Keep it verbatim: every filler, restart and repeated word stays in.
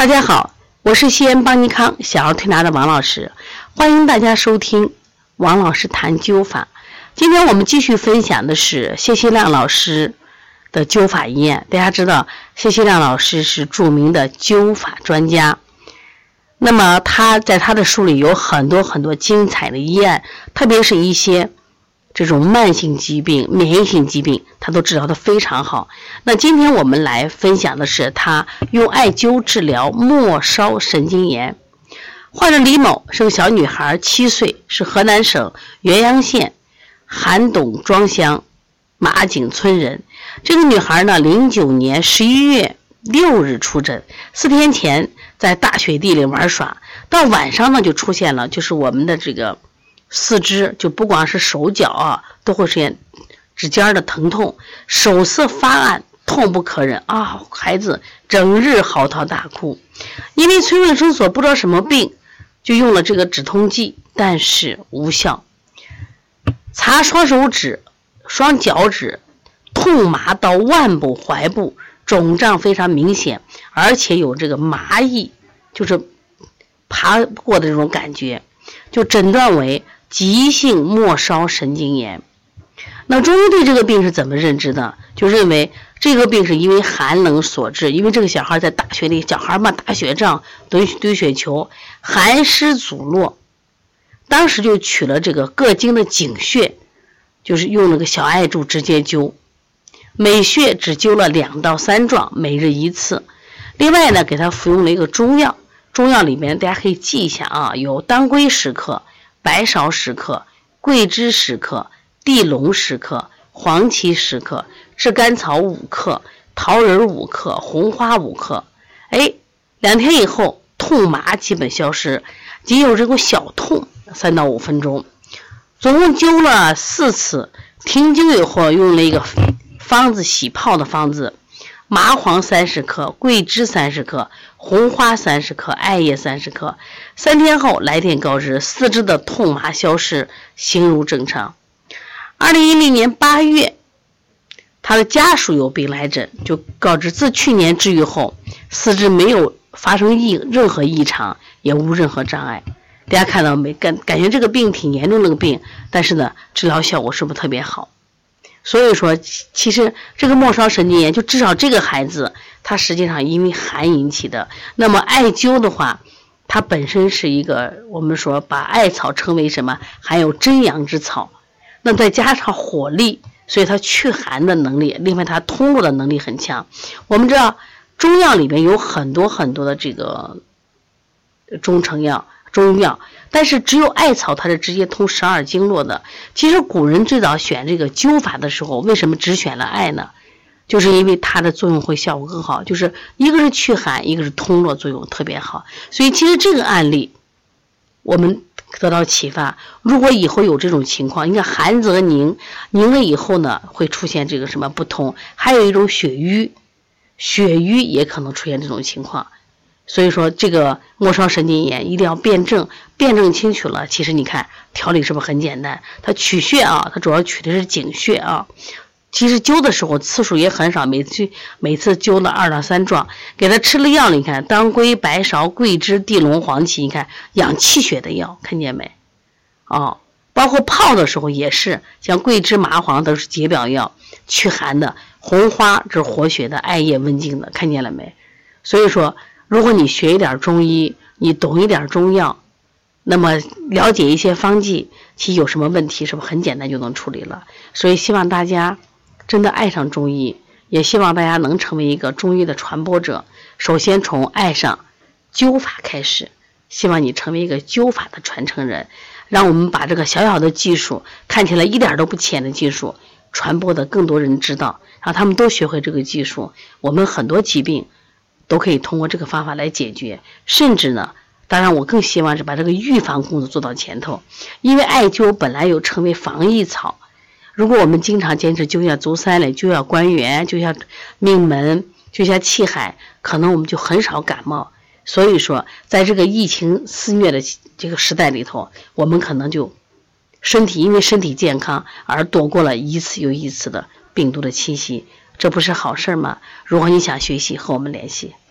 大家好，我是西安邦尼康小儿推拿的王老师，欢迎大家收听王老师谈灸法。今天我们继续分享的是谢希亮老师的灸法医案。大家知道谢希亮老师是著名的灸法专家，那么他在他的书里有很多很多精彩的医案，特别是一些这种慢性疾病、免疫性疾病，他都治疗得非常好。那今天我们来分享的是他用艾灸治疗末梢神经炎。患者李某是个小女孩，七岁，是河南省原阳县韩董庄乡马井村人。这个女孩呢，零九年十一月六日出诊，四天前在大雪地里玩耍，到晚上呢就出现了，就是我们的这个四肢，就不光是手脚啊，都会出现指尖的疼痛，手色发暗，痛不可忍啊！孩子整日嚎啕大哭。因为村卫生所不知道什么病，就用了这个止痛剂，但是无效。擦双手指、双脚趾，痛麻到腕部、踝部，肿胀非常明显，而且有这个麻意，就是爬过的这种感觉，就诊断为急性末梢神经炎。那中医对这个病是怎么认知的？就认为这个病是因为寒冷所致，因为这个小孩在大雪里，小孩嘛打雪仗堆堆雪球，寒湿阻络，当时就取了这个各经的井穴，就是用那个小艾柱直接灸，每穴只灸了两到三壮，每日一次。另外呢，给他服用了一个中药，中药里面大家可以记一下啊，有当归十克、白芍十克、桂枝十克、地龙十克、黄芪十克、炙甘草五克、桃仁五克、红花五克。哎，两天以后痛麻基本消失，仅有这个小痛，三到五分钟。总共灸了四次，停灸以后用了一个方子，洗泡的方子，麻黄三十克、桂枝三十克、红花三十克、艾叶三十克。三天后来电告知四肢的痛麻消失，形如正常。二零一零年八月，他的家属有病来诊，就告知自去年治愈后，四肢没有发生异任何异常，也无任何障碍。大家看到没？感感觉这个病挺严重的个病，但是呢，治疗效果是不是特别好？所以说，其实这个末梢神经炎，就至少这个孩子，他实际上因为寒引起的。那么艾灸的话，它本身是一个，我们说把艾草称为什么？含有真阳之草。那再加上火力，所以它祛寒的能力，另外它通络的能力很强。我们知道中药里面有很多很多的这个中成药、中药，但是只有艾草它是直接通十二经络的。其实古人最早选这个灸法的时候，为什么只选了艾呢？就是因为它的作用会效果更好，就是一个是祛寒，一个是通络作用特别好。所以其实这个案例我们得到启发，如果以后有这种情况，你看寒则凝，凝了以后呢，会出现这个什么不通，还有一种血瘀，血瘀也可能出现这种情况。所以说这个末梢神经炎一定要辨证，辨证清楚了，其实你看调理是不是很简单？它取穴啊，它主要取的是井穴啊。其实灸的时候次数也很少，每次每次灸了二到三壮，给他吃了药，你看当归、白芍、桂枝、地龙、黄芪，你看养气血的药，看见没？哦，包括泡的时候也是，像桂枝、麻黄都是解表药，祛寒的；红花这是活血的，艾叶温经的，看见了没？所以说，如果你学一点中医，你懂一点中药，那么了解一些方剂，其实有什么问题是不是很简单就能处理了？所以希望大家真的爱上中医，也希望大家能成为一个中医的传播者。首先从爱上灸法开始，希望你成为一个灸法的传承人，让我们把这个小小的技术，看起来一点都不浅的技术，传播的更多人知道，让他们都学会这个技术。我们很多疾病都可以通过这个方法来解决，甚至呢，当然我更希望是把这个预防工作做到前头，因为艾灸本来有称为防疫草。如果我们经常坚持灸下足三里、灸下关元、灸下命门、灸下气海，可能我们就很少感冒。所以说在这个疫情肆虐的这个时代里头，我们可能就身体因为身体健康而躲过了一次又一次的病毒的侵袭，这不是好事吗？如果你想学习，和我们联系。